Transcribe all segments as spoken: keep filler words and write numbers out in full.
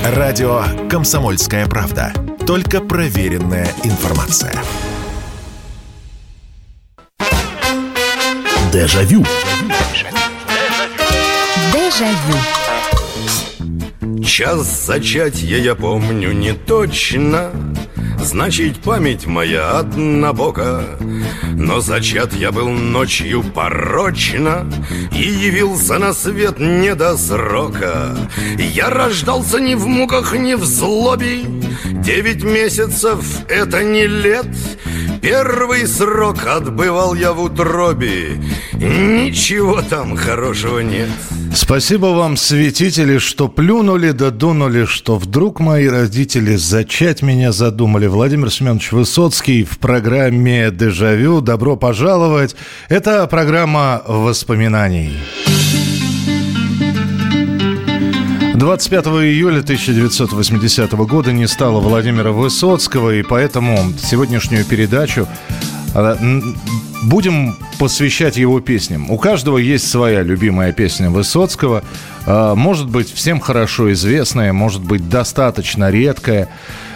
Радио «Комсомольская правда». Только проверенная информация. Дежавю. Дежавю. Час зачатия я помню не точно, значит, память моя однобока. Но зачат я был ночью порочно и явился на свет не до срока. Я рождался ни в муках, ни в злобе. Девять месяцев — это не лет. Первый срок отбывал я в утробе. Ничего там хорошего нет. Спасибо вам, святители, что плюнули да дунули, что вдруг мои родители зачать меня задумали. Владимир Семенович Высоцкий в программе «Дежавю». Добро пожаловать. Это программа воспоминаний. двадцать пятого июля тысяча девятьсот восьмидесятого года не стало Владимира Высоцкого, и поэтому сегодняшнюю передачу будем посвящать его песням. У каждого есть своя любимая песня Высоцкого. Может быть, всем хорошо известная, может быть, достаточно редкая.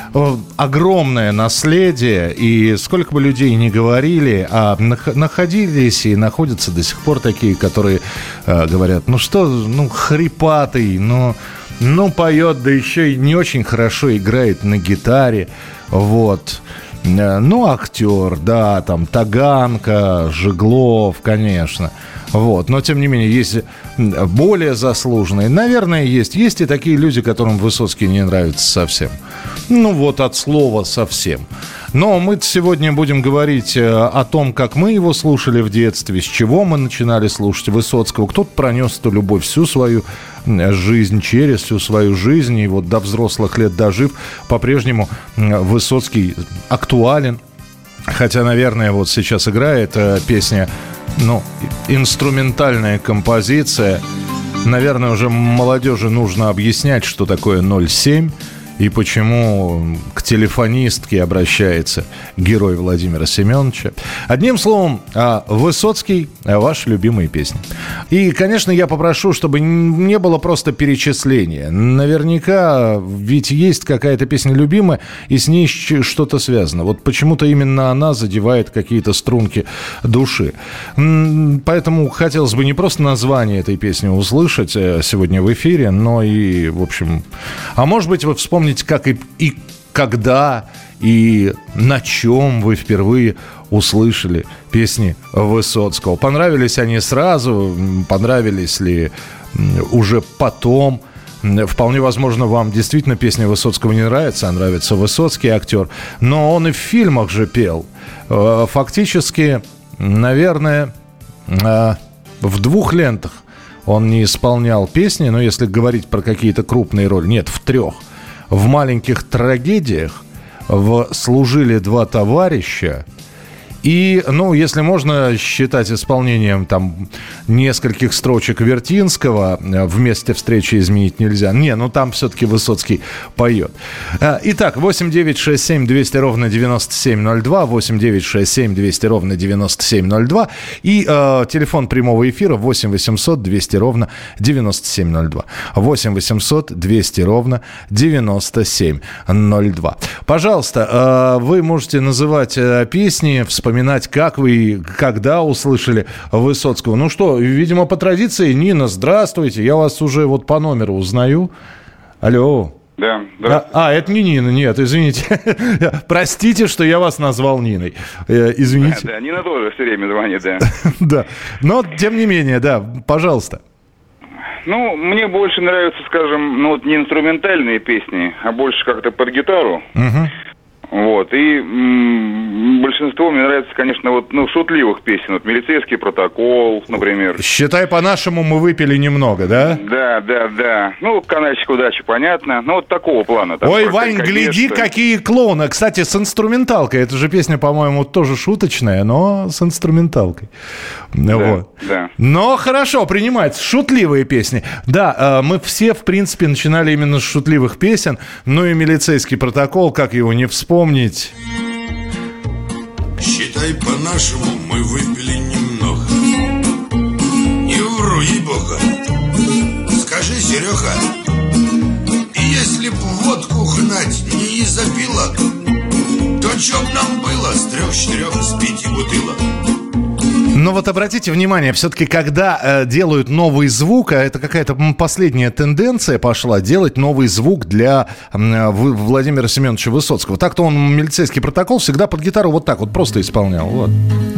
Огромное наследие, и сколько бы людей ни говорили, а находились и находятся до сих пор такие, которые э, говорят, ну что, ну хрипатый, ну, ну поет, да еще и не очень хорошо играет на гитаре, вот. Ну, актер, да, там Таганка, Жиглов, конечно. Вот. Но, тем не менее, есть более заслуженные. Наверное, есть. Есть и такие люди, которым Высоцкий не нравится совсем. Ну, вот от слова совсем. Но мы сегодня будем говорить о том, как мы его слушали в детстве, с чего мы начинали слушать Высоцкого. Кто-то пронес эту любовь всю свою жизнь, через всю свою жизнь. И вот до взрослых лет дожив, по-прежнему Высоцкий актуален. Хотя, наверное, вот сейчас играет песня, ну, инструментальная композиция. Наверное, уже молодежи нужно объяснять, что такое ноль семь. И почему к телефонистке обращается герой Владимира Семеновича. Одним словом, Высоцкий — ваши любимые песни. И, конечно, я попрошу, чтобы не было просто перечисления. Наверняка ведь есть какая-то песня любимая, и с ней что-то связано. Вот почему-то именно она задевает какие-то струнки души. Поэтому хотелось бы не просто название этой песни услышать сегодня в эфире, но и, в общем... А может быть, вы вспомните, как и, и когда, и на чем вы впервые услышали песни Высоцкого. Понравились они сразу, понравились ли уже потом. Вполне возможно, вам действительно песня Высоцкого не нравится, а нравится Высоцкий актер. Но он и в фильмах же пел. Фактически, наверное, в двух лентах он не исполнял песни, но если говорить про какие-то крупные роли, нет, в трех. В «Маленьких трагедиях», в «Служили два товарища» и, ну, если можно считать исполнением там нескольких строчек Вертинского «Вместе встречи изменить нельзя». Не, ну там все-таки Высоцкий поет. Итак, восемь девять шесть семь двести ровно девяносто семь ноль два, восемь девять шесть семь двести ровно девяносто семь ноль два и э, телефон прямого эфира восемь восемьсот двести ровно девяносто семь ноль два. восемь восемьсот двести ровно девяносто семь ноль два. Пожалуйста, э, вы можете называть э, песни, вспоминать, как вы, когда услышали Высоцкого. Ну что, видимо, по традиции. Нина, здравствуйте. Я вас уже вот по номеру узнаю. Алло. Да, да. А, а, это не Нина, нет, извините. Простите, что я вас назвал Ниной. Извините. Да, да, Нина тоже все время звонит, да. Да, но тем не менее, да, пожалуйста. Ну, мне больше нравятся, скажем, ну вот не инструментальные песни, а больше как-то под гитару. Угу. Вот, и м- большинство мне нравится, конечно, вот, ну, шутливых песен. Вот «Милицейский протокол», например. Считай, по-нашему мы выпили немного, да? Да, да, да. Ну, «Канальчик удачи», понятно. Ну, вот такого плана. Там, ой, Вань, гляди, какие клоуны. Кстати, с инструменталкой. Это же песня, по-моему, тоже шуточная, но с инструменталкой. Да, вот. Да. Но хорошо, принимается. Шутливые песни. Да, мы все, в принципе, начинали именно с шутливых песен. Ну и «Милицейский протокол», как его не вспомнить. Считай, по-нашему мы выпили немного. Не вру, ей-бога. Скажи, Серега, если б трех-четырех из пяти бутылок. Но вот обратите внимание, все-таки, когда э, делают новый звук, а это какая-то последняя тенденция пошла, делать новый звук для э, Владимира Семеновича Высоцкого. Так-то он милицейский протокол всегда под гитару вот так вот просто исполнял. Вот.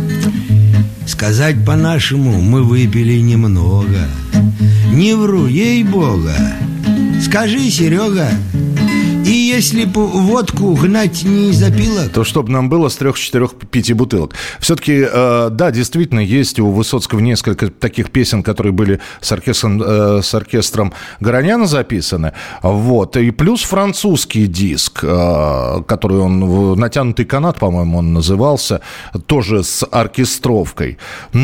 Сказать по-нашему, мы выпили немного. Не вру, ей-бога. Скажи, Серега, и если бы водку гнать не из опилок, то чтобы нам было с трех, четырех, пяти бутылок. Все-таки, э, да, действительно, есть у Высоцкого несколько таких песен, которые были с оркестром, э, с оркестром Гороняна записаны. Вот. И плюс французский диск, э, который он, «Натянутый канат», по-моему, он назывался, тоже с оркестровкой.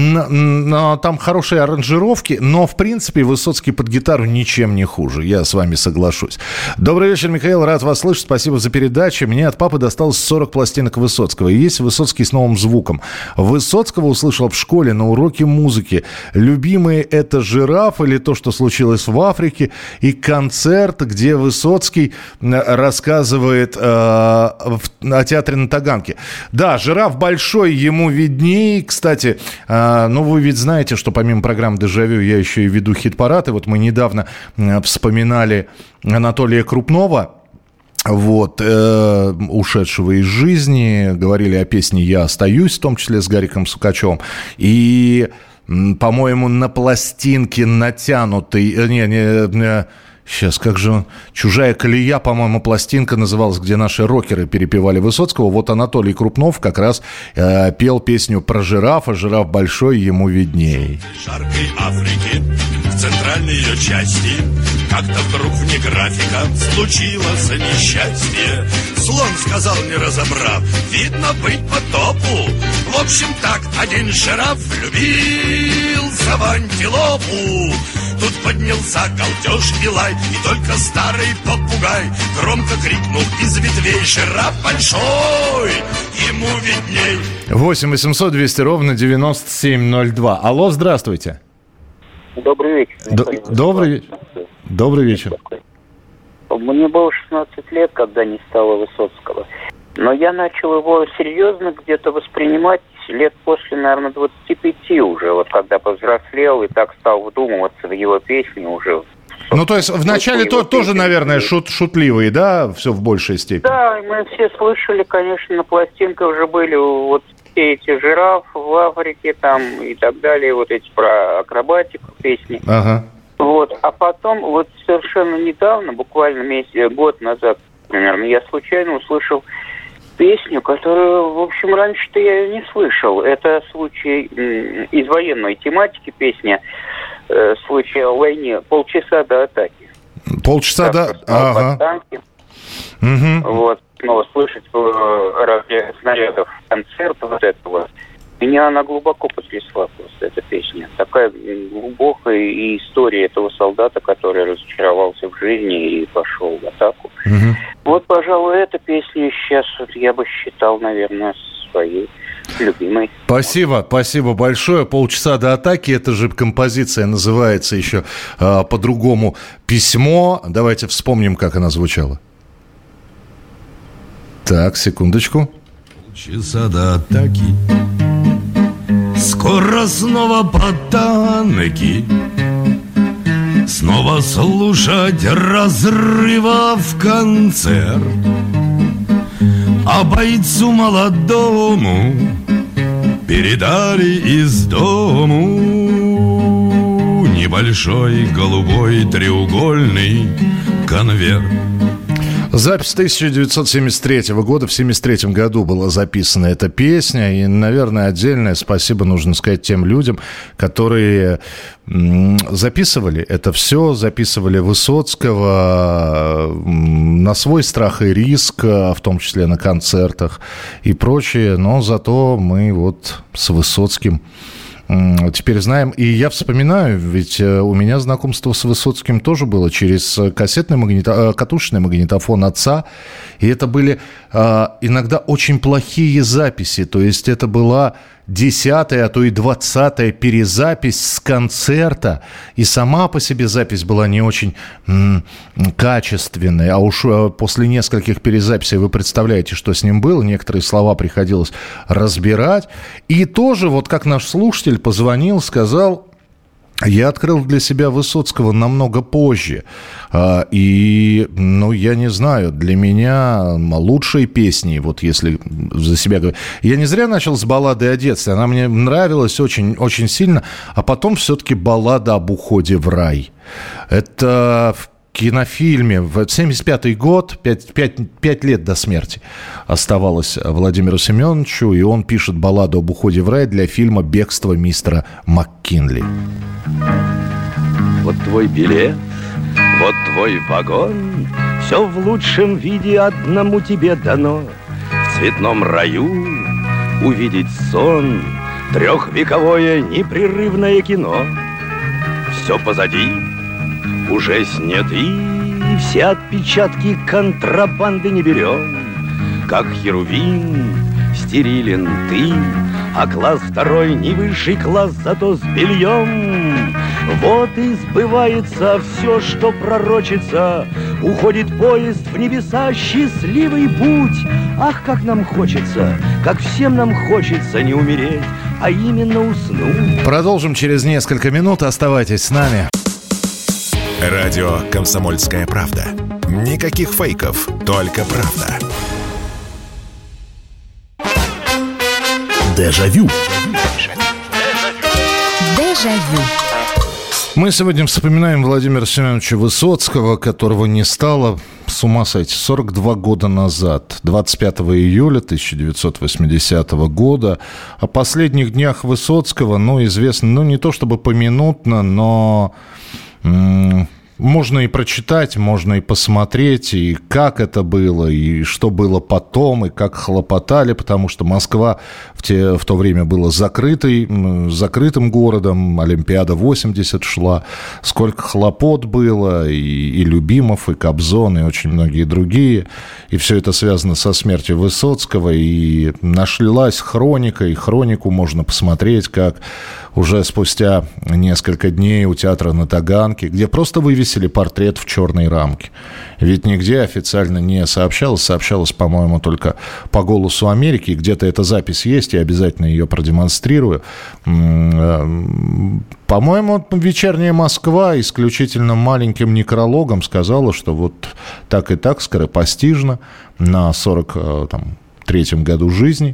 Н- н- там хорошие аранжировки, но, в принципе, Высоцкий под гитару ничем не хуже. Я с вами соглашусь. Добрый вечер, Михаил. Рад вас слышать. Спасибо за передачу. Мне от папы досталось сорок пластинок Высоцкого. И есть Высоцкий с новым звуком. Высоцкого услышал в школе на уроке музыки. Любимые — это «Жираф» или «То, что случилось в Африке». И концерт, где Высоцкий рассказывает э, о театре на Таганке. Да, «Жираф» большой, ему видней. Кстати, э, ну вы ведь знаете, что помимо программы «Дежавю» я еще и веду хит-парад. И вот мы недавно э, вспоминали Анатолия Крупнова, вот, э, ушедшего из жизни, говорили о песне «Я остаюсь», в том числе с Гариком Сукачевым, и, по-моему, на пластинке натянутый, не, не, не сейчас, как же он, «Чужая колея», по-моему, пластинка называлась, где наши рокеры перепевали Высоцкого. Вот Анатолий Крупнов как раз э, пел песню про жирафа. Жираф большой, ему видней. В жаркой Африке, в центральной ее части, как-то вдруг вне графика случилось несчастье. Слон сказал, не разобрав, видно быть потопу. В общем так, один жираф влюбился в антилопу. Тут поднялся галдеж и лай, и только старый попугай громко крикнул из ветвей: «Жираф большой, ему видней». восемь восемьсот двести ровно девяносто семь ноль два. Алло, здравствуйте. Добрый вечер. Д- добрый вечер. Добрый вечер. Мне было шестнадцать лет, когда не стало Высоцкого. Но я начал его серьезно где-то воспринимать лет после, наверное, двадцати пяти уже. Вот когда повзрослел и так стал вдумываться в его песни уже. Ну, то есть, вначале то, тоже, наверное, шут, шутливые, да, все в большей степени? Да, мы все слышали, конечно, на пластинках уже были вот все эти «Жираф» в Африке там и так далее, вот эти про акробатику песни. Ага. Вот, а потом, вот совершенно недавно, буквально месяц, год назад примерно, я случайно услышал песню, которую, в общем, раньше-то я ее не слышал. Это случай из военной тематики, песня, э, случай о войне, «Полчаса до атаки». Полчаса до... Ага. Угу. Вот, снова слышать разлет снарядов, концерт вот этого. Меня она глубоко потрясла просто, эта песня. Такая глубокая и история этого солдата, который разочаровался в жизни и пошел в атаку. Угу. Вот, пожалуй, эта песня сейчас вот я бы считал, наверное, своей любимой. Спасибо, спасибо большое. «Полчаса до атаки». Это же композиция называется еще э, по-другому «Письмо». Давайте вспомним, как она звучала. Так, секундочку. Полчаса до атаки. Скоро снова потанки. Снова слушать разрывов концерт. А бойцу молодому передали из дому небольшой голубой треугольный конверт. Запись тысяча девятьсот семьдесят третьего года. В семьдесят третьем году была записана эта песня. И, наверное, отдельное спасибо нужно сказать тем людям, которые записывали это все, записывали Высоцкого на свой страх и риск, в том числе на концертах и прочее. Но зато мы вот с Высоцким теперь знаем. И я вспоминаю, ведь у меня знакомство с Высоцким тоже было через кассетный магнито... катушечный магнитофон отца. И это были э, иногда очень плохие записи. То есть это была десятая, а то и двадцатая перезапись с концерта. И сама по себе запись была не очень м- качественной. А уж после нескольких перезаписей вы представляете, что с ним было. Некоторые слова приходилось разбирать. И тоже, вот как наш слушатель позвонил, сказал... Я открыл для себя Высоцкого намного позже. И, ну, я не знаю, для меня лучшие песни, вот если за себя говорить. Я не зря начал с баллады о детстве. Она мне нравилась очень, очень сильно. А потом все-таки баллада об уходе в рай. Это... кинофильме в семьдесят пятый год, пять лет до смерти оставалось Владимиру Семеновичу, и он пишет балладу об уходе в рай для фильма «Бегство мистера МакКинли». Вот твой билет, вот твой вагон, все в лучшем виде одному тебе дано. В цветном раю увидеть сон, трехвековое непрерывное кино. Все позади, уже сняты, все отпечатки контрабанды не берем. Как херувим стерилен ты, а класс второй не высший класс, зато с бельем. Вот и сбывается все, что пророчится. Уходит поезд в небеса, счастливый путь. Ах, как нам хочется, как всем нам хочется не умереть, а именно уснуть. Продолжим через несколько минут, оставайтесь с нами. Радио «Комсомольская правда». Никаких фейков, только правда. Дежавю. Дежавю. Мы сегодня вспоминаем Владимира Семеновича Высоцкого, которого не стало, с ума сойти, сорок два года назад, двадцать пятого июля тысяча девятьсот восьмидесятого года. О последних днях Высоцкого, ну, известно, ну, не то чтобы поминутно, но... Можно и прочитать, можно и посмотреть, и как это было, и что было потом, и как хлопотали, потому что Москва в, те, в то время была закрытой, закрытым городом, Олимпиада восемьдесят шла, сколько хлопот было, и, и Любимов, и Кобзон, и очень многие другие, и все это связано со смертью Высоцкого, и нашлась хроника, и хронику можно посмотреть, как уже спустя несколько дней у театра на Таганке, где просто вывесили портрет в черной рамке. Ведь нигде официально не сообщалось. Сообщалось, по-моему, только по «Голосу Америки». Где-то эта запись есть, я обязательно ее продемонстрирую. По-моему, «Вечерняя Москва» исключительно маленьким некрологом сказала, что вот так и так скоропостижно на сорок третьем году жизни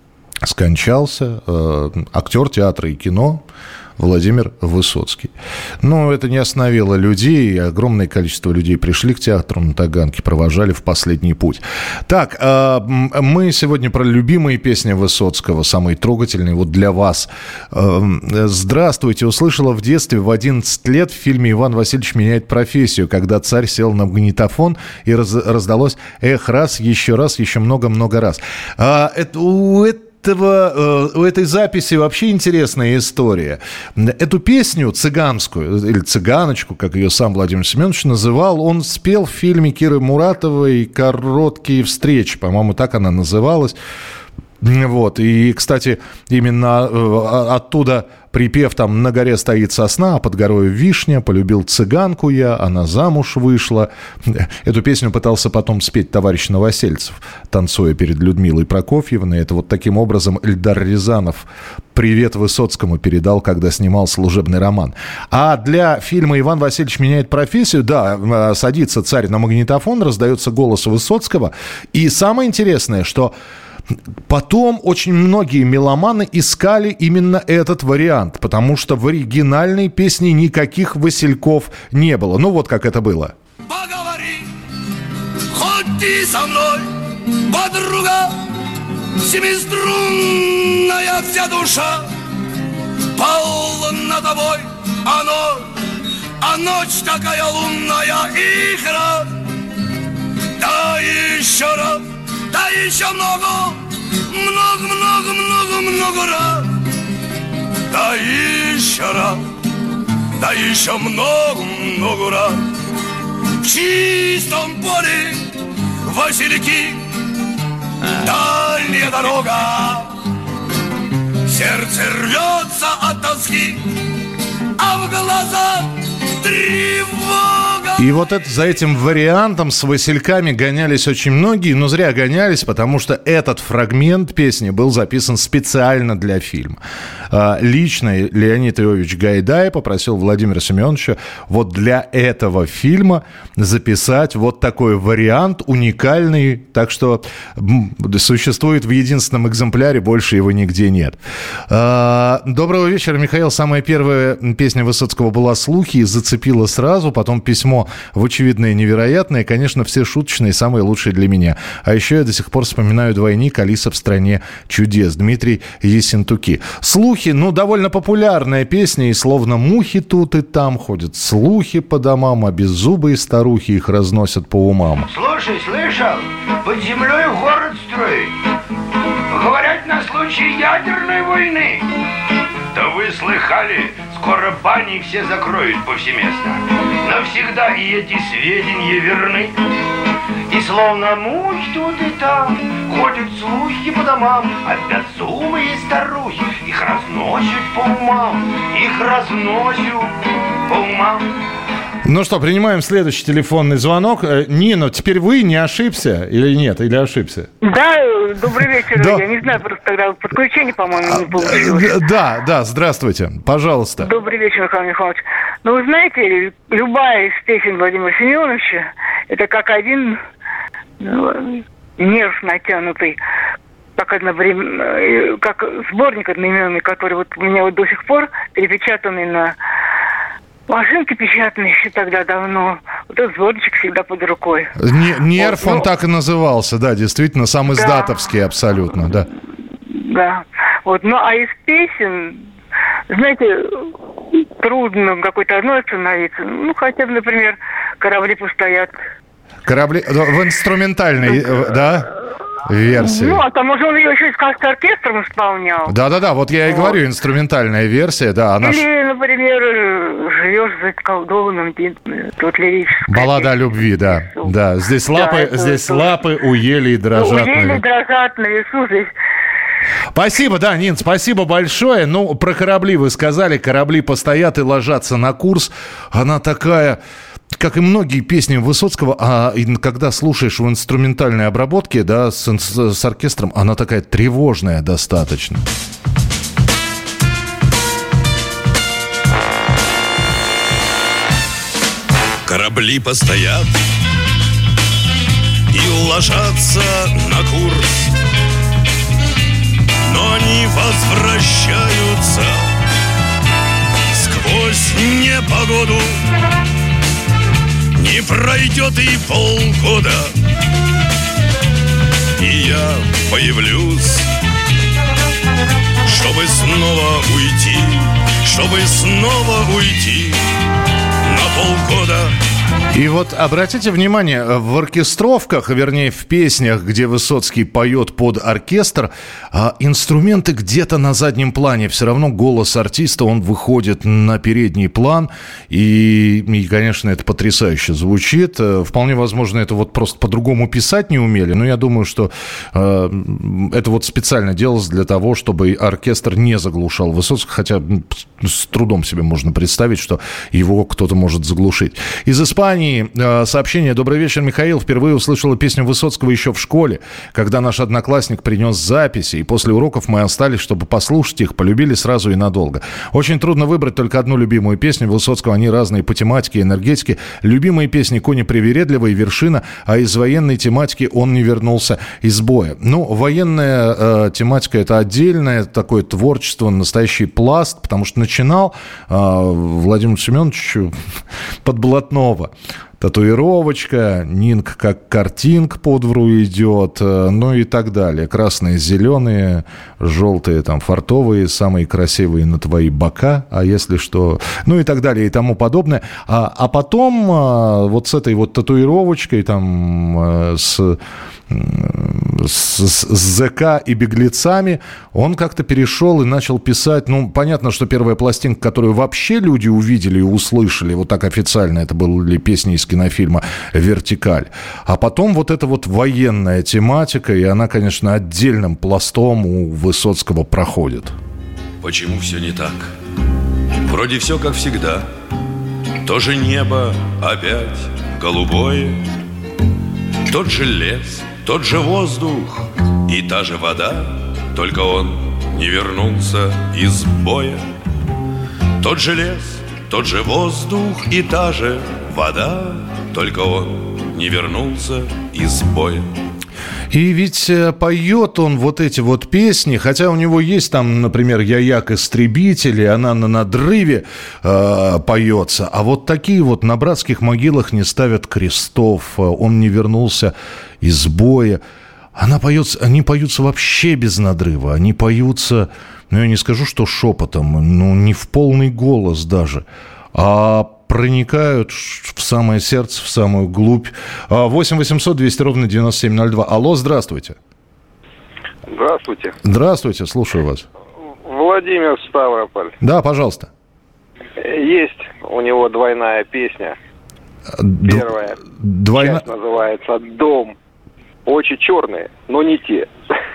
скончался э, актер театра и кино Владимир Высоцкий. Но это не остановило людей, и огромное количество людей пришли к театру на Таганке, провожали в последний путь. Так, э, мы сегодня про любимые песни Высоцкого, самые трогательные, вот для вас. Э, «Здравствуйте, услышала в детстве в одиннадцать лет в фильме «Иван Васильевич меняет профессию», когда царь сел на магнитофон и раз, раздалось «Эх, раз, еще раз, еще много-много раз». А, это, у этого Этого, у этой записи вообще интересная история. Эту песню цыганскую, или цыганочку, как ее сам Владимир Семенович называл, он спел в фильме Киры Муратовой «Короткие встречи». По-моему, так она называлась. Вот. И, кстати, именно оттуда припев там «На горе стоит сосна, а под горой вишня, полюбил цыганку я, она замуж вышла». Эту песню пытался потом спеть товарищ Новосельцев, танцуя перед Людмилой Прокофьевной. Это вот таким образом Эльдар Рязанов привет Высоцкому передал, когда снимал «Служебный роман». А для фильма «Иван Васильевич меняет профессию», да, садится царь на магнитофон, раздается голос Высоцкого. И самое интересное, что потом очень многие меломаны искали именно этот вариант, потому что в оригинальной песне никаких Васильков не было. Ну вот как это было. Поговори, хоть ты со мной, подруга, семиструнная вся душа, полна тобой, а ночь, а ночь такая лунная игра. Да еще раз, да еще много, много, много, много, много раз. Да еще раз, да еще много, много раз. В чистом поле васильки, дальняя дорога. Сердце рвется от тоски, а в глазах тревога. И вот это, за этим вариантом с васильками гонялись очень многие, но зря гонялись, потому что этот фрагмент песни был записан специально для фильма. Лично Леонид Иович Гайдай попросил Владимира Семеновича вот для этого фильма записать вот такой вариант, уникальный, так что существует в единственном экземпляре, больше его нигде нет. Доброго вечера, Михаил. Самая первая песня Высоцкого была «Слухи» и зацепила сразу, потом письмо в очевидное невероятное, конечно, все шуточные, самые лучшие для меня. А еще я до сих пор вспоминаю «Двойник», «Алиса в стране чудес», Дмитрий Ессентуки. «Слухи», ну, довольно популярная песня, и словно мухи тут и там ходят слухи по домам, а беззубые старухи их разносят по умам. Слушай, слышал? Под землей город строить. Говорят, на случай ядерной войны. Да вы слыхали, скоро бани все закроют повсеместно. Навсегда и эти сведения верны. И словно мухи тут и там ходят слухи по домам, а безумные старухи их разносят по умам. Их разносят по умам. Ну что, принимаем следующий телефонный звонок. Нина, теперь вы не ошибся или нет? Или ошибся? Да, добрый вечер. Да. Я не знаю, просто тогда подключение, по-моему, не получилось. Да, да, здравствуйте. Пожалуйста. Добрый вечер, Михаил Михайлович. Ну, вы знаете, любая из песен Владимира Семеновича, это как один ну, нерв натянутый, как, одновременно, как сборник одноименный, который вот у меня вот до сих пор перепечатанный на машинке печатной еще тогда давно. Вот этот сборничек всегда под рукой. Не, нерв, вот, он ну, так и назывался, да, действительно, сам издатовский, да, абсолютно, да. Да, вот, ну, а из песен, знаете, трудно какой-то одной остановиться. Ну, хотя бы, например, «Корабли постоят». Корабли в инструментальной, да, версии. Ну, а там уже он ее еще и с оркестром исполнял. Да-да-да, вот я и вот. говорю, инструментальная версия, да. Она... Или, например, «Живешь за колдованным», тут лирическая. «Баллада о любви», да. Да, здесь лапы, да, здесь это... лапы у елей дрожат. У елей дрожат на весу здесь. Спасибо, да, Нин, спасибо большое. Ну, про корабли вы сказали, корабли постоят и ложатся на курс. Она такая... Как и многие песни Высоцкого, а когда слушаешь в инструментальной обработке, да, с, с оркестром, она такая тревожная достаточно. Корабли постоят и ложатся на курс, но они возвращаются сквозь непогоду. Не пройдет и полгода, и я появлюсь, чтобы снова уйти, чтобы снова уйти на полгода. И вот обратите внимание, в оркестровках, вернее в песнях, где Высоцкий поет под оркестр, инструменты где-то на заднем плане. Все равно голос артиста, он выходит на передний план. И, и, конечно, это потрясающе звучит. Вполне возможно, это вот просто по-другому писать не умели. Но я думаю, что э, это вот специально делалось для того, чтобы оркестр не заглушал Высоцкого. Хотя с трудом себе можно представить, что его кто-то может заглушить. Из Испании сообщение. Добрый вечер, Михаил. Впервые услышала песню Высоцкого еще в школе, когда наш одноклассник принес записи, и после уроков мы остались, чтобы послушать их, полюбили сразу и надолго. Очень трудно выбрать только одну любимую песню Высоцкого. Они разные по тематике и энергетике. Любимые песни «Кони привередливые», «Вершина», а из военной тематики «Он не вернулся из боя». Ну, военная э, тематика — это отдельное такое творчество, настоящий пласт, потому что начинал э, Владимир Семенович Подблатного. Татуировочка, Нинг как картинка по двору идет, ну и так далее. Красные, зеленые, желтые, там, фартовые, самые красивые на твои бока, а если что, ну и так далее и тому подобное. А, а потом вот с этой вот татуировочкой, там, с... С, с ЗК и беглецами, он как-то перешел и начал писать, ну, понятно, что первая пластинка, которую вообще люди увидели и услышали, вот так официально, это были песни из кинофильма «Вертикаль». А потом вот эта вот военная тематика, и она, конечно, отдельным пластом у Высоцкого проходит. почему все не так? Вроде все как всегда. То же небо опять голубое, тот же лес, тот же воздух и та же вода, только он не вернулся из боя. Тот же лес, тот же воздух и та же вода, только он не вернулся из боя. И ведь поет он вот эти вот песни, хотя у него есть там, например, «Я як истребитель», и она на надрыве э, поется, а вот такие вот на братских могилах не ставят крестов, он не вернулся из боя. Она поется, они поются вообще без надрыва, они поются, ну я не скажу, что шепотом, ну не в полный голос даже, а проникают в самое сердце, в самую глубь. восемь восемьсот двести ровно девяносто семь ноль два. Алло, здравствуйте. Здравствуйте. Здравствуйте, слушаю вас. Владимир, Ставрополь. Да, пожалуйста. Есть у него двойная песня. Первая Двойна... часть называется «Дом». Очи черные, но не те.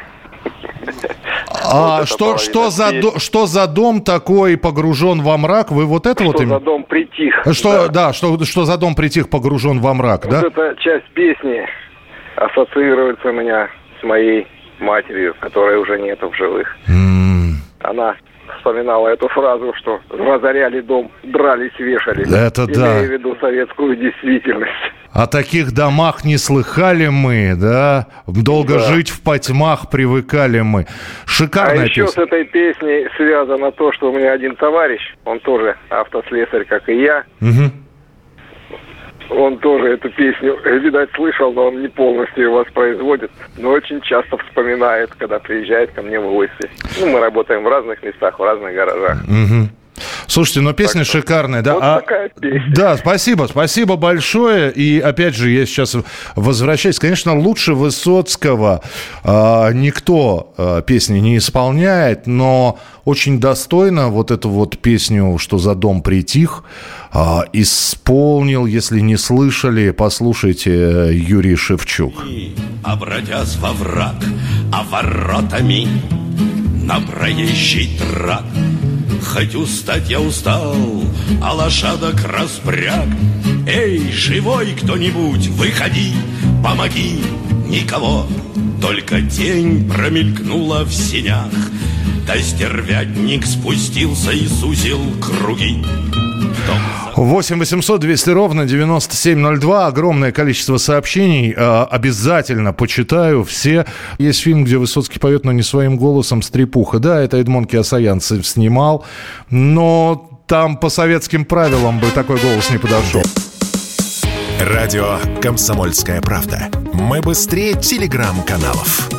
А вот что, что, за, до, что за дом такой погружен во мрак? Вы вот это что вот... Что им... за дом притих. Что, да, да что, что за дом притих погружен во мрак, вот да? Вот эта часть песни ассоциируется у меня с моей матерью, которой уже нету в живых. Mm. Она вспоминала эту фразу, что разоряли дом, дрались, вешали. Это да. Имея в виду советскую действительность. О таких домах не слыхали мы, да? Долго да. жить в потьмах привыкали мы. Шикарная а еще песня. с этой песней связано то, что у меня один товарищ, он тоже автослесарь, как и я. Угу. Он тоже эту песню, видать, слышал, но он не полностью ее воспроизводит. Но очень часто вспоминает, когда приезжает ко мне в гости. Ну, мы работаем в разных местах, в разных гаражах. Угу. Слушайте, ну песня так шикарная, да? Вот а, такая песня. Да, спасибо, спасибо большое. И опять же, я сейчас возвращаюсь. Конечно, лучше Высоцкого а, никто а, песни не исполняет, но очень достойно вот эту вот песню «Что за дом притих» а, исполнил, если не слышали, послушайте, Юрий Шевчук. Обратясь во враг, а воротами на проезжий трак. Хоть устать я устал, а лошадок распряг. Эй, живой кто-нибудь, выходи, помоги. Никого, только тень промелькнула в сенях. Да стервятник спустился и сузил круги. восемь восемьсот двести ровно девяносто семь ноль два. Огромное количество сообщений. Обязательно почитаю все. Есть фильм, где Высоцкий поет, но не своим голосом, «Стрепуха». Да, это Эдмон Киасаянцев снимал. Но там по советским правилам бы такой голос не подошел. Радио «Комсомольская правда». Мы быстрее телеграм-каналов.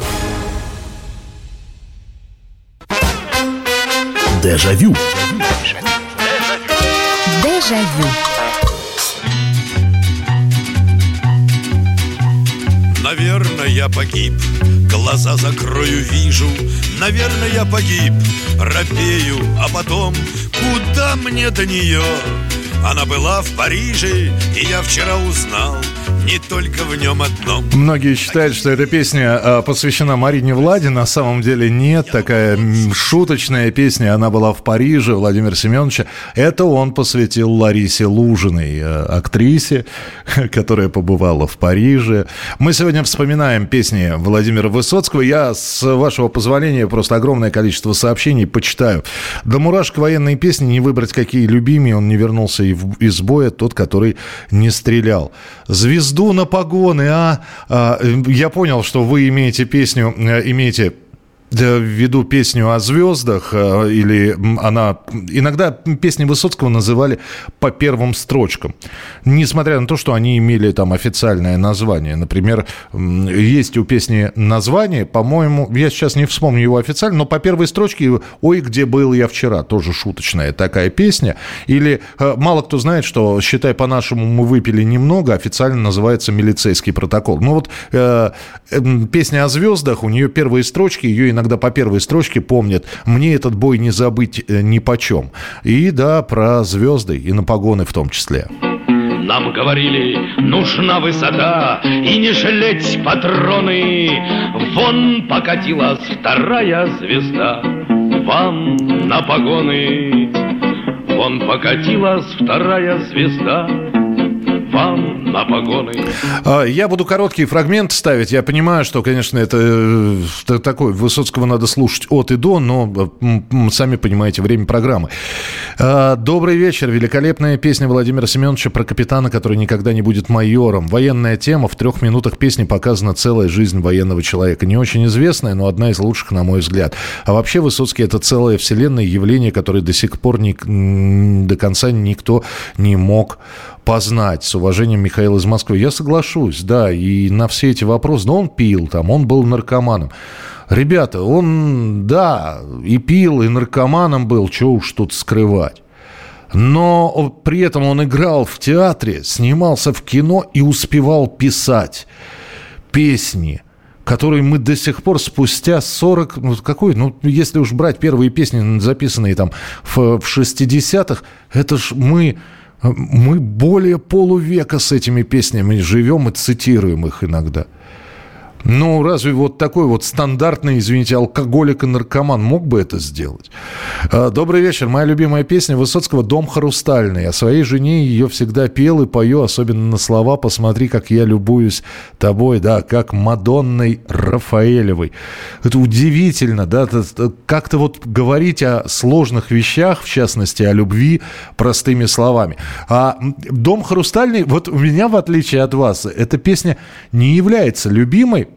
Дежавю. Дежавю. Наверное, я погиб, глаза закрою, вижу. Наверное, я погиб, робею, а потом куда мне до нее? Она была в Париже, и я вчера узнал, не только в нем одном. Многие считают, что эта песня посвящена Марине Владе. На самом деле нет. Такая шуточная песня. Она была в Париже, Владимира Семеновича. Это он посвятил Ларисе Лужиной, актрисе, которая побывала в Париже. Мы сегодня вспоминаем песни Владимира Высоцкого. Я, с вашего позволения, просто огромное количество сообщений почитаю. До мурашек военные песни, не выбрать какие любимые. Он не вернулся из боя, тот, который не стрелял. Звезду на погоны, а? а я понял, что вы имеете песню, имеете в виду песню о звездах, или она... Иногда песни Высоцкого называли по первым строчкам, несмотря на то, что они имели там официальное название. Например, есть у песни название, по-моему, я сейчас не вспомню его официально, но по первой строчке «Ой, где был я вчера», тоже шуточная такая песня. Или мало кто знает, что «Считай по-нашему, мы выпили немного», официально называется «Милицейский протокол». Ну вот э, э, песня о звездах, у нее первые строчки, ее иногда по первой строчке помнят «Мне этот бой не забыть нипочем». И да, про звезды и на погоны в том числе. Нам говорили, нужна высота и не жалеть патроны. Вон покатилась вторая звезда. вам на погоны. Вон покатилась вторая звезда, вам на погоны. Я буду короткий фрагмент ставить. Я понимаю, что, конечно, это, это такое, Высоцкого надо слушать от и до, но сами понимаете, время программы. Добрый вечер. Великолепная песня Владимира Семеновича про капитана, который никогда не будет майором. Военная тема. В трех минутах песни показана целая жизнь военного человека. Не очень известная, но одна из лучших, на мой взгляд. А вообще Высоцкий — это целая вселенная, явление, которое до сих пор ни, до конца никто не мог познать. С уважением, Михаил из Москвы. Я соглашусь, да, и на все эти вопросы. Но он пил там, он был наркоманом. Ребята, он, да, и пил, и наркоманом был, чего уж тут скрывать. Но при этом он играл в театре, снимался в кино и успевал писать песни, которые мы до сих пор спустя сорок... Ну, какой? Ну, если уж брать первые песни, записанные там в, в шестидесятых, это ж мы... Мы более полувека с этими песнями живем и цитируем их иногда. Ну, разве вот такой вот стандартный, извините, алкоголик и наркоман мог бы это сделать? Добрый вечер. Моя любимая песня Высоцкого «Дом хрустальный». О своей жене ее всегда пел и пою, особенно на слова «Посмотри, как я любуюсь тобой», да, как Мадонной Рафаэлевой. Это удивительно, да, как-то вот говорить о сложных вещах, в частности, о любви, простыми словами. А «Дом хрустальный», вот у меня, в отличие от вас, эта песня не является любимой,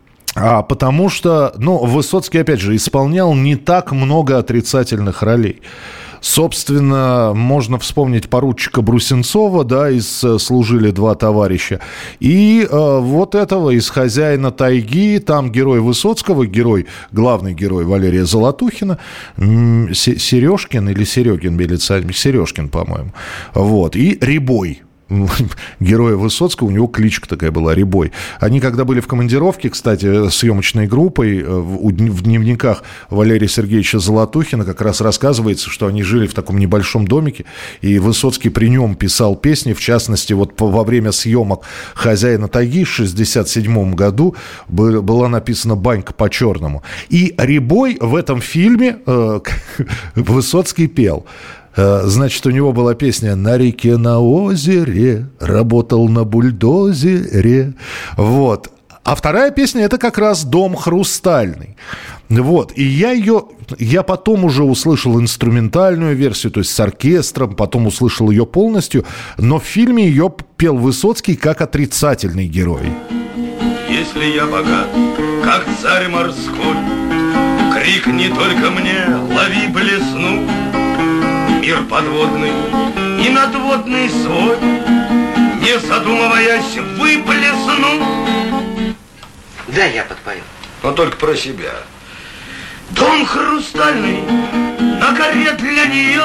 А потому что, ну, Высоцкий, опять же, исполнял не так много отрицательных ролей. Собственно, можно вспомнить поручика Брусенцова, да, из «Служили два товарища». И э, вот этого из «Хозяина тайги», там герой Высоцкого, герой, главный герой Валерия Золотухина, м- Сережкин или Серегин, Сережкин, по-моему. Вот. И Рябой. Героя Высоцкого, у него кличка такая была, Рябой. Они, когда были в командировке, кстати, съемочной группой, в дневниках Валерия Сергеевича Золотухина как раз рассказывается, что они жили в таком небольшом домике, и Высоцкий при нем писал песни, в частности, вот во время съемок «Хозяина тайги» в шестьдесят седьмом году была написана «Банька по-черному». И Рябой в этом фильме э, Высоцкий пел. Значит, у него была песня «На реке, на озере, работал на бульдозере». Вот. А вторая песня – это как раз «Дом хрустальный». Вот. И я ее... Я потом уже услышал инструментальную версию, то есть с оркестром, потом услышал ее полностью, но в фильме ее пел Высоцкий как отрицательный герой. Если я богат, как царь морской, крикни только мне, лови блесну. Мир подводный и надводный свой, не задумываясь, выплесну. Да, я подпою. Но только про себя. Дом хрустальный на коре для нее,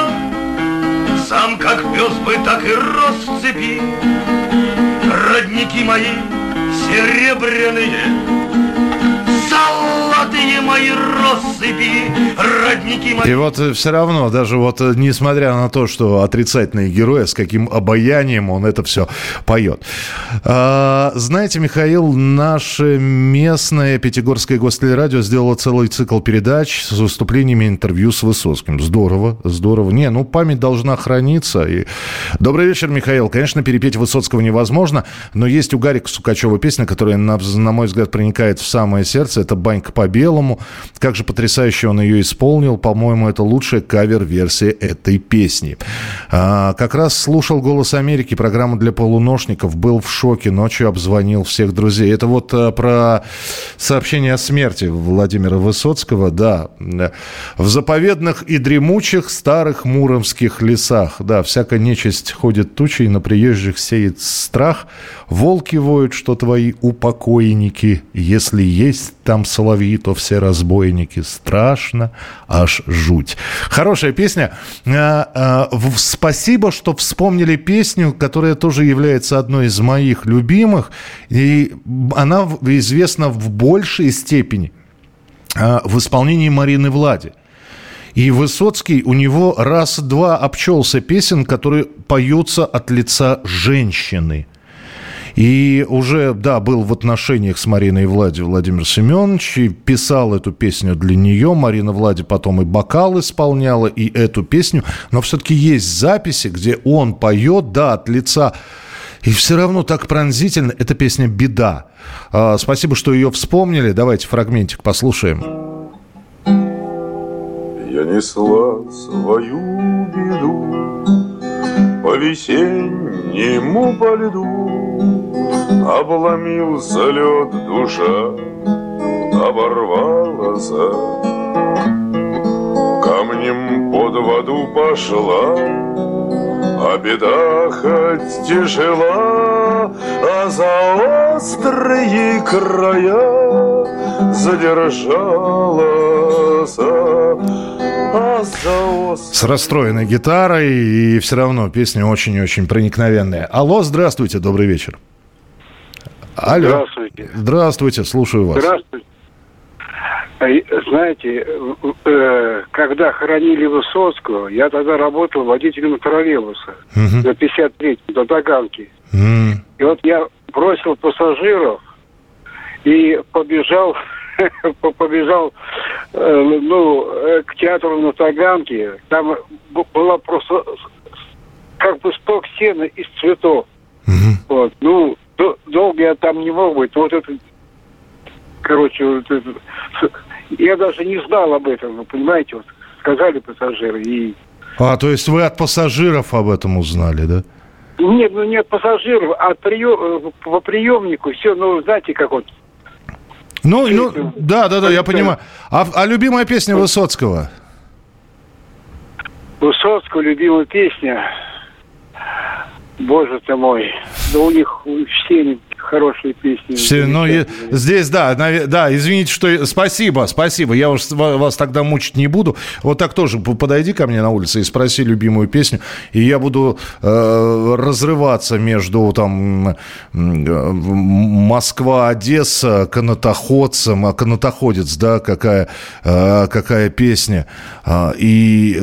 сам как пес бы, так и рос в цепи. Родники мои серебряные, золотые мои россыпи, родники мои. И вот все равно, даже вот несмотря на то, что отрицательный герой, с каким обаянием он это все поет. А, знаете, Михаил, наше местное Пятигорское гостелерадио сделало целый цикл передач с выступлениями, интервью с Высоцким. Здорово, здорово. Не, ну память должна храниться. И... Добрый вечер, Михаил. Конечно, перепеть Высоцкого невозможно, но есть у Гарика Сукачева песня, которая, на, на мой взгляд, проникает в самое сердце. Это «Банька по-белому». Как же потрясающе он ее исполнил. По-моему, это лучшая кавер-версия этой песни. А, как раз слушал «Голос Америки», программу для полуношников. Был в шоке. Ночью обзвонил всех друзей. Это вот а, про сообщение о смерти Владимира Высоцкого. Да. В заповедных и дремучих старых муромских лесах. Да, всякая нечисть ходит тучей, на приезжих сеет страх. Волки воют, что твои упокойники. Если есть там соловьи, то все разбойники. Страшно, аж жуть. Хорошая песня. Спасибо, что вспомнили песню, которая тоже является одной из моих любимых. И она известна в большей степени в исполнении Марины Влади. И Высоцкий, у него раз-два обчелся песен, которые поются от лица женщины. И уже, да, был в отношениях с Мариной Влади Владимир Семенович, и писал эту песню для нее. Марина Влади потом и «Бокал» исполняла, и эту песню. Но все-таки есть записи, где он поет, да, от лица. И все равно так пронзительно. Эта песня «Беда». А, спасибо, что ее вспомнили. Давайте фрагментик послушаем. Я несла свою беду по весеннему по льду, обломился лед, душа оборвалась, камнем под воду пошла, а беда хоть тяжела, а за острые края задержалась. С расстроенной гитарой, и все равно песня очень-очень проникновенная. Алло, здравствуйте, добрый вечер. Алло. Здравствуйте. Здравствуйте, слушаю вас. Здравствуйте. Знаете, когда хоронили Высоцкого, я тогда работал водителем троллейбуса uh-huh. на пятьдесят третьем, до Таганки. Uh-huh. И вот я бросил пассажиров и побежал... побежал э, ну, к театру на Таганке. Там была просто как бы сток сена из цветов. Mm-hmm. Вот. Ну, до, долго я там не мог быть. Вот это, короче, вот это, я даже не знал об этом, вы понимаете, вот сказали пассажиры. И... А, то есть вы от пассажиров об этом узнали, да? Нет, ну не от пассажиров, а от прием... по приемнику все, ну, знаете, как вот. Ну, ну, да, да, да, я понимаю. А, а любимая песня Высоцкого? Высоцкого любимая песня. Боже ты мой. Да у них все хорошие песни. Все, ну, и, здесь, да, да, извините, что... Спасибо, спасибо. Я уж вас тогда мучить не буду. Вот так тоже подойди ко мне на улице и спроси любимую песню, и я буду э, разрываться между там Москва, Одесса, канатоходцем, а канатоходец, да, какая, э, какая песня. И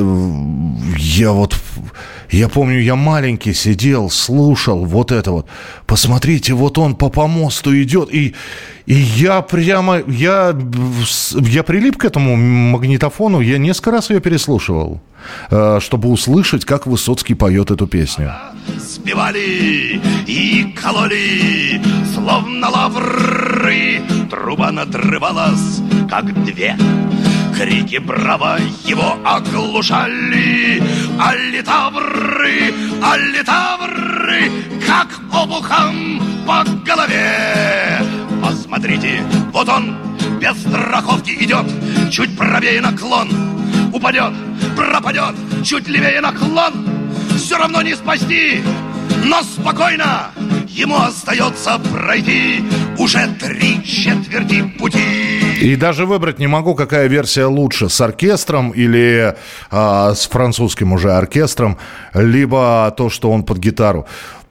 я вот... Я помню, я маленький сидел, слушал вот это вот. Посмотрите, вот он по помосту идет. И, и я прямо, я, я прилип к этому магнитофону. Я несколько раз ее переслушивал, чтобы услышать, как Высоцкий поет эту песню. Сбивали и кололи, словно лавры. Труба надрывалась, как две. Крики браво его оглушали. Аллитавры, аллитавры, как обухом по голове. Посмотрите, вот он без страховки идет. Чуть правее наклон, упадет, пропадет. Чуть левее наклон, все равно не спасти. Но спокойно ему остается пройти уже три четверти пути. И даже выбрать не могу, какая версия лучше, с оркестром или а, с французским уже оркестром, либо то, что он под гитару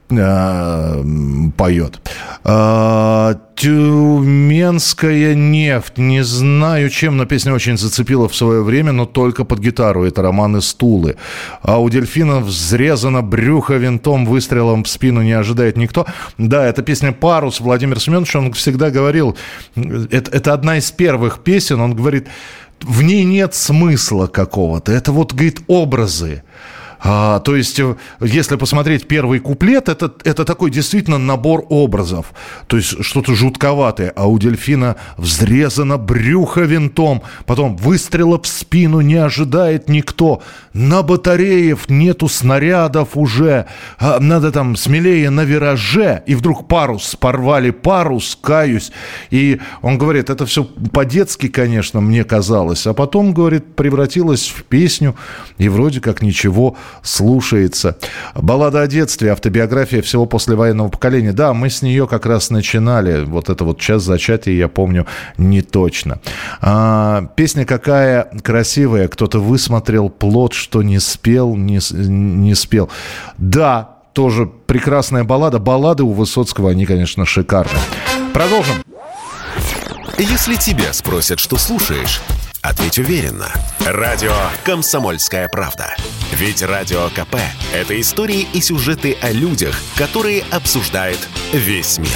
а, поет. А, Тюменская нефть. Не знаю, чем, но песня очень зацепила в свое время, но только под гитару. Это роман из Тулы. А у дельфина взрезано брюхо винтом, выстрелом в спину не ожидает никто. Да, это песня «Парус». Владимир Семенович, он всегда говорил, это, это одна из первых песен, он говорит, в ней нет смысла какого-то. Это вот, говорит, образы. А, то есть, если посмотреть первый куплет, это, это такой действительно набор образов. То есть, что-то жутковатое. А у дельфина взрезано брюхо винтом. Потом выстрела в спину не ожидает никто. На батареев нету снарядов уже. А, надо там смелее на вираже. И вдруг парус, порвали парус, каюсь. И он говорит, это все по-детски, конечно, мне казалось. А потом, говорит, превратилось в песню. И вроде как ничего слушается. Баллада о детстве, автобиография всего послевоенного поколения. Да, мы с нее как раз начинали. Вот это вот час зачатия, я помню, не точно. А, песня какая красивая. Кто-то высмотрел плод, что не спел, не, не спел. Да, тоже прекрасная баллада. Баллады у Высоцкого, они, конечно, шикарные. Продолжим. Если тебя спросят, что слушаешь, Ответь уверенно. Радио «Комсомольская правда». Ведь Радио КП – это истории и сюжеты о людях, которые обсуждает весь мир.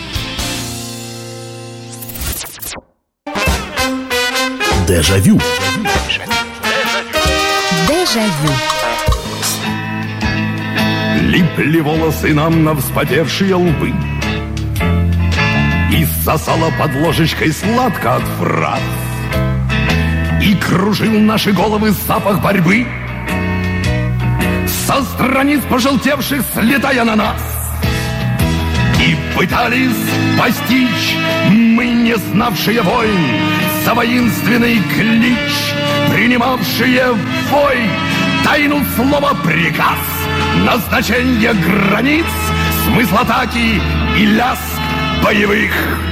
Дежавю. Дежавю. Липли волосы нам на вспотевшие лбы, и сосала под ложечкой сладко от фраз, и кружил наши головы запах борьбы со страниц пожелтевших, слетая на нас. И пытались постичь мы, не знавшие войн, за воинственный клич, принимавшие вой, тайну слова приказ, назначение границ, смысл атаки и лязг боевых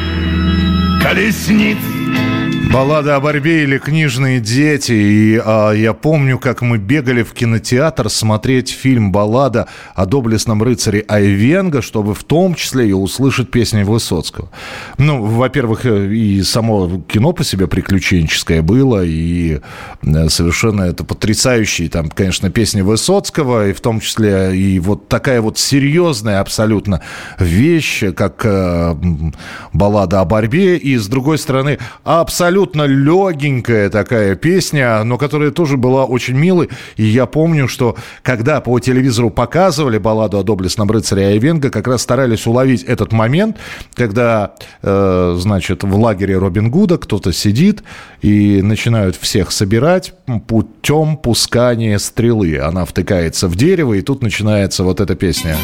колесниц. Баллада о борьбе или книжные дети. И а, я помню, как мы бегали в кинотеатр смотреть фильм «Баллада о доблестном рыцаре Айвенго», чтобы в том числе и услышать песни Высоцкого. Ну, во-первых, и само кино по себе приключенческое было, и совершенно это потрясающие, там, конечно, песни Высоцкого, и в том числе и вот такая вот серьезная абсолютно вещь, как э, «Баллада о борьбе», и, с другой стороны, абсолютно Абсолютно легенькая такая песня, но которая тоже была очень милой. И я помню, что когда по телевизору показывали «Балладу о доблестном рыцаре Айвенго», как раз старались уловить этот момент, когда, э, значит, в лагере Робин Гуда кто-то сидит и начинают всех собирать путем пускания стрелы. Она втыкается в дерево, и тут начинается вот эта песня.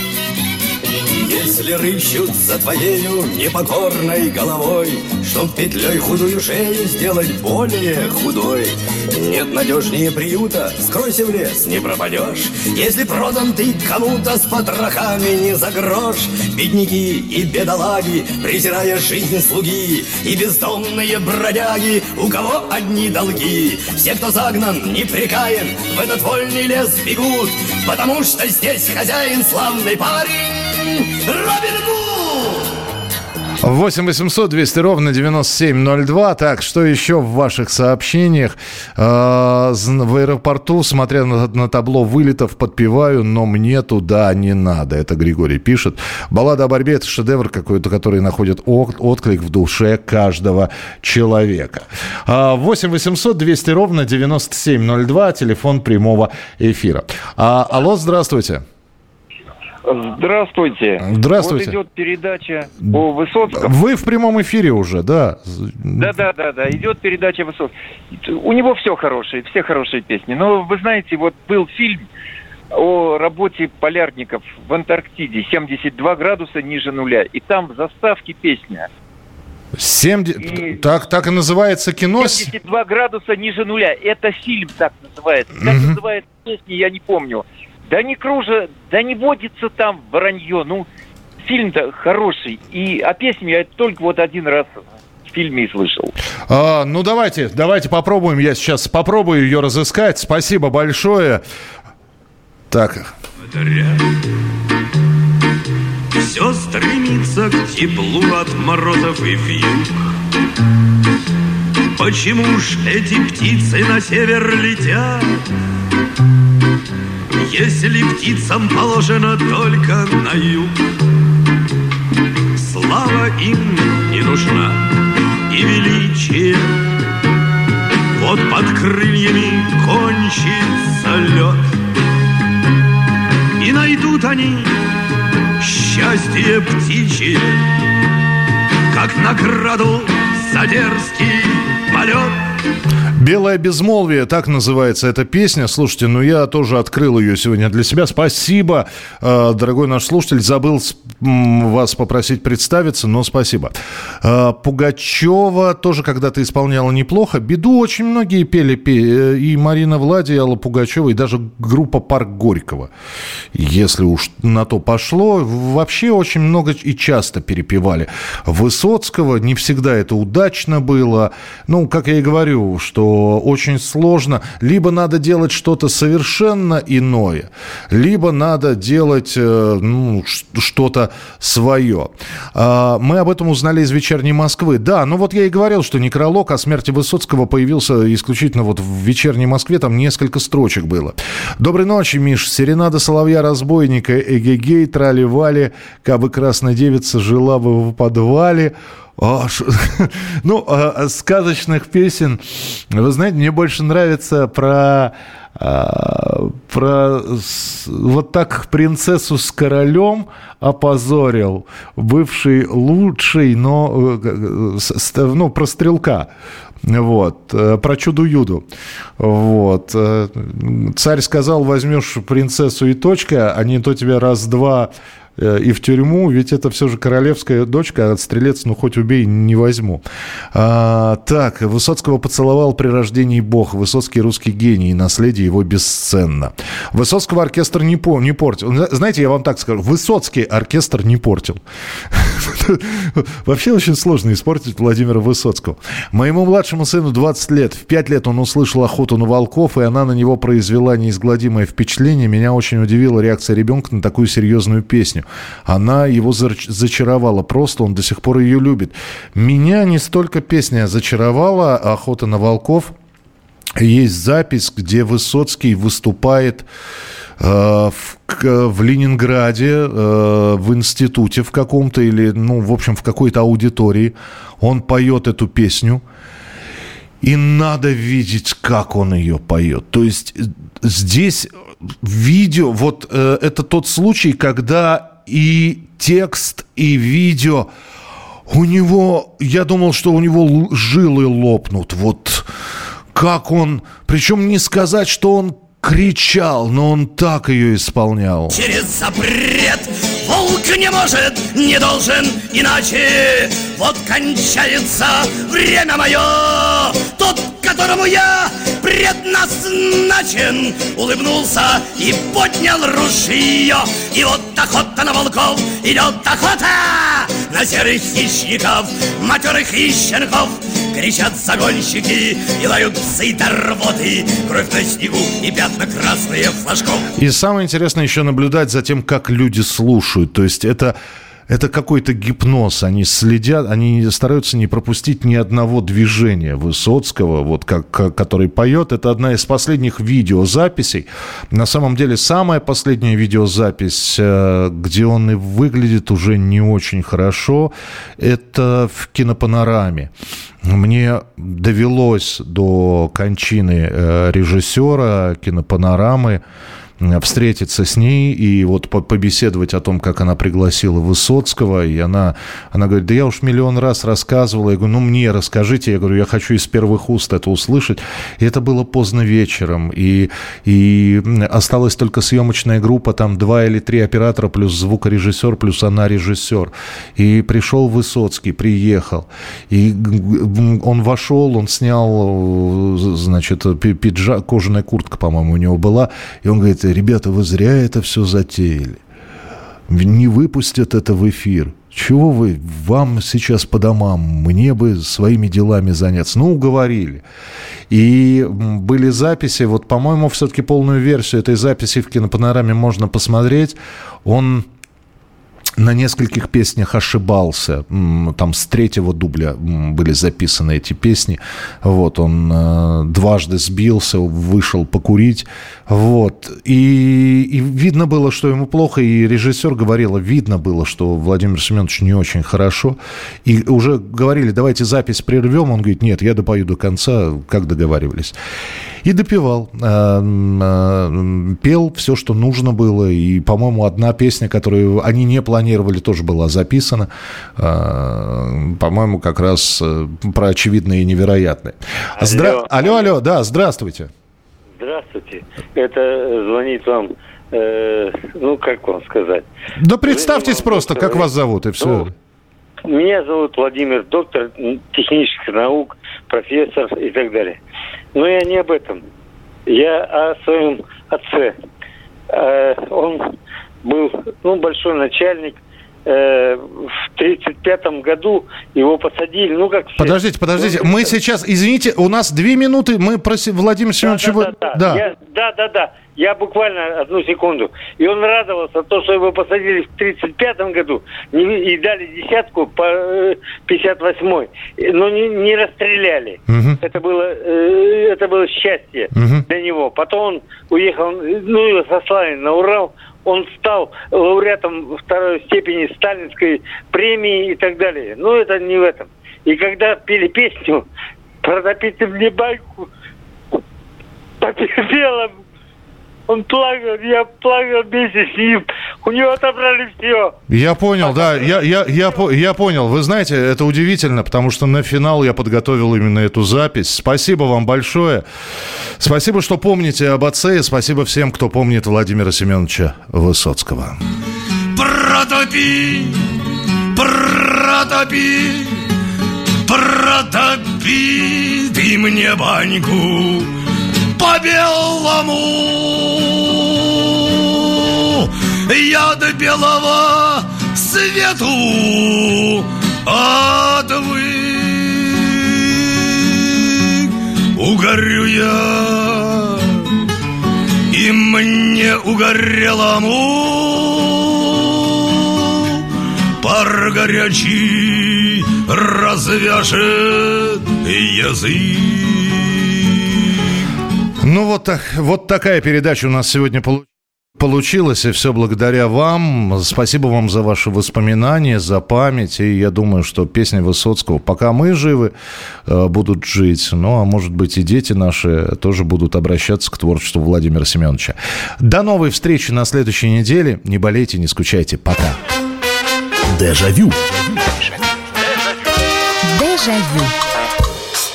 Если рыщут за твоею непокорной головой, чтоб петлей худую шею сделать более худой, нет надежнее приюта, скройся в лес, не пропадешь. Если продан ты кому-то с потрохами не за грош, бедняки и бедолаги, презирая жизнь слуги, и бездомные бродяги, у кого одни долги, все, кто загнан, непрекаен, в этот вольный лес бегут, потому что здесь хозяин славный парень Робин Гуд! восемь восемьсот двести ровно девяносто семь ноль два. Так, что еще в ваших сообщениях? В аэропорту, смотря на, на табло вылетов, подпеваю, но мне туда не надо. Это Григорий пишет. «Баллада о борьбе» — это шедевр какой-то, который находит отклик в душе каждого человека. восемь восемьсот двести ровно девяносто семь ноль два. Телефон прямого эфира. А, алло, здравствуйте. Здравствуйте. Здравствуйте. Вот идет передача о Высоцком. Вы в прямом эфире уже, да? Да, да, да, да. Идет передача о Высоцком. У него все хорошие, все хорошие песни. Но вы знаете, вот был фильм о работе полярников в Антарктиде, семьдесят два градуса ниже нуля, и там в заставке песня. семьдесят... И... Так, так и называется кино? семьдесят два градуса ниже нуля. Это фильм так называется. Как Mm-hmm. называется песня, я не помню. Да не кружа, да не водится там воронье. Ну, фильм-то хороший. И о песне я только вот один раз в фильме и слышал. А, ну, давайте, давайте попробуем. Я сейчас попробую ее разыскать. Спасибо большое. Так. Все стремится к теплу от морозов и вьюг. Почему ж эти птицы на север летят, если птицам положено только на юг? Слава им не нужна и величие, вот под крыльями кончится лед, и найдут они счастье птичье, как награду за дерзкий полет. «Белое безмолвие», так называется эта песня. Слушайте, ну я тоже открыл ее сегодня для себя. Спасибо, дорогой наш слушатель. Забыл вас попросить представиться, но спасибо. Пугачева тоже когда-то исполняла неплохо. «Беду» очень многие пели. И Марина Влади, и Алла Пугачева, и даже группа «Парк Горького». Если уж на то пошло. Вообще очень много и часто перепевали Высоцкого. Не всегда это удачно было. Ну, как я и говорю, говорю, что очень сложно. Либо надо делать что-то совершенно иное, либо надо делать ну, что-то свое. Мы об этом узнали из «Вечерней Москвы». Да, ну вот я и говорил, что некролог о смерти Высоцкого появился исключительно вот в «Вечерней Москве». Там несколько строчек было. Доброй ночи, Миш. Серенада соловья-разбойника, эгегей, трали-вали, кабы красная девица жила бы в подвале. О, ш... ну, а, сказочных песен, вы знаете, мне больше нравится про, а, про с, вот так принцессу с королем опозорил бывший лучший, но с, ну, про стрелка. Вот, про чуду-юду. Вот. Царь сказал, возьмешь принцессу и точка, а не то тебя раз-два и в тюрьму, ведь это все же королевская дочка, а стрелец, ну, хоть убей, не возьму. А, так, Высоцкого поцеловал при рождении Бог. Высоцкий русский гений, и наследие его бесценно. Высоцкого оркестр не, по, не портил. Знаете, я вам так скажу, Высоцкий оркестр не портил. Вообще очень сложно испортить Владимира Высоцкого. Моему младшему сыну двадцать лет. В пять лет он услышал «Охоту на волков», и она на него произвела неизгладимое впечатление. Меня очень удивила реакция ребенка на такую серьезную песню. Она его зачаровала просто, он до сих пор ее любит. Меня не столько песня зачаровала, «Охота на волков». Есть запись, где Высоцкий выступает э, в, в Ленинграде, э, в институте в каком-то, или, ну, в общем, в какой-то аудитории. Он поет эту песню. И надо видеть, как он ее поет. То есть здесь видео, вот э, это тот случай, когда и текст, и видео, у него, я думал, что у него жилы лопнут. Вот как он, причем не сказать, что он кричал, но он так ее исполнял. Через запрет волк не может, не должен иначе. Вот кончается время мое. Тот, которому я предназначен, улыбнулся и поднял ружье. И вот охота на волков, идет охота на серых хищников, матерых и щенков. Кричат загонщики и лают псы до рвоты. Кровь на снегу и пятна красные флажков. И самое интересное еще наблюдать за тем, как люди слушают. То есть это... Это какой-то гипноз. Они следят, они стараются не пропустить ни одного движения Высоцкого, вот как, который поет. Это одна из последних видеозаписей. На самом деле, самая последняя видеозапись, где он и выглядит уже не очень хорошо, это в кинопанораме. Мне довелось до кончины режиссера кинопанорамы встретиться с ней и вот побеседовать о том, как она пригласила Высоцкого. И она, она говорит, да я уж миллион раз рассказывала. Я говорю, ну мне расскажите. Я говорю, я хочу из первых уст это услышать. И это было поздно вечером. И, и осталась только съемочная группа, там два или три оператора, плюс звукорежиссер, плюс она режиссер. И пришел Высоцкий, приехал. И он вошел, он снял, значит, пиджак, кожаная куртка, по-моему, у него была. И он говорит, ребята, вы зря это все затеяли. Не выпустят это в эфир. Чего вы? Вам сейчас по домам. Мне бы своими делами заняться. Ну, уговорили. И были записи. Вот, по-моему, все-таки полную версию этой записи в кинопанораме можно посмотреть. Он на нескольких песнях ошибался. Там с третьего дубля были записаны эти песни. Вот, он э, дважды сбился, вышел покурить. Вот. И, и видно было, что ему плохо. И режиссер говорил, видно было, что Владимир Семенович не очень хорошо. И уже говорили, давайте запись прервем. Он говорит, нет, я допою до конца, как договаривались. И допевал. Э, э, пел все, что нужно было. И, по-моему, одна песня, которую они не планировали, тоже была записана. По-моему, как раз про очевидное и невероятное. Алло, Здра... алло, алло, да, здравствуйте. Здравствуйте. Это звонит вам, э, ну, как вам сказать? Да представьтесь Вы просто, как вас зовут, и все. Ну, меня зовут Владимир, доктор технических наук, профессор и так далее. Но я не об этом. Я о своем отце. Э, он... был, ну, большой начальник, э, в тридцать пятом году его посадили. Ну, как подождите, подождите. Ну, мы сейчас, извините, у нас две минуты. Мы просим Владимир Семенович... Да, да, да. Да. Я, да, да, да. Я буквально одну секунду. И он радовался, то, что его посадили в тридцать пятом году не, и дали десятку по э, пятьдесят восьмой, но не, не расстреляли. Угу. Это было э, это было счастье угу. для него. Потом он уехал, ну, его сослали на Урал. Он стал лауреатом второй степени сталинской премии и так далее. Но это не в этом. И когда пели песню «Протопите мне байку», попела, он плакал, я плакал вместе с ним. У него отобрали все. Я понял, да, я, я, я, я понял. Вы знаете, это удивительно, потому что на финал я подготовил именно эту запись. Спасибо вам большое. Спасибо, что помните об отце, и спасибо всем, кто помнит Владимира Семеновича Высоцкого. Протопи, протопи, протопи ты мне баньку по белому. Я до белого свету отвык. Угорю я, и мне угорелому пар горячий развяжет язык. Ну вот, так, вот такая передача у нас сегодня получилась. Получилось, и все благодаря вам. Спасибо вам за ваши воспоминания, за память. И я думаю, что песни Высоцкого, пока мы живы, будут жить. Ну, а может быть, и дети наши тоже будут обращаться к творчеству Владимира Семеновича. До новой встречи на следующей неделе. Не болейте, не скучайте. Пока. Дежавю. Дежавю.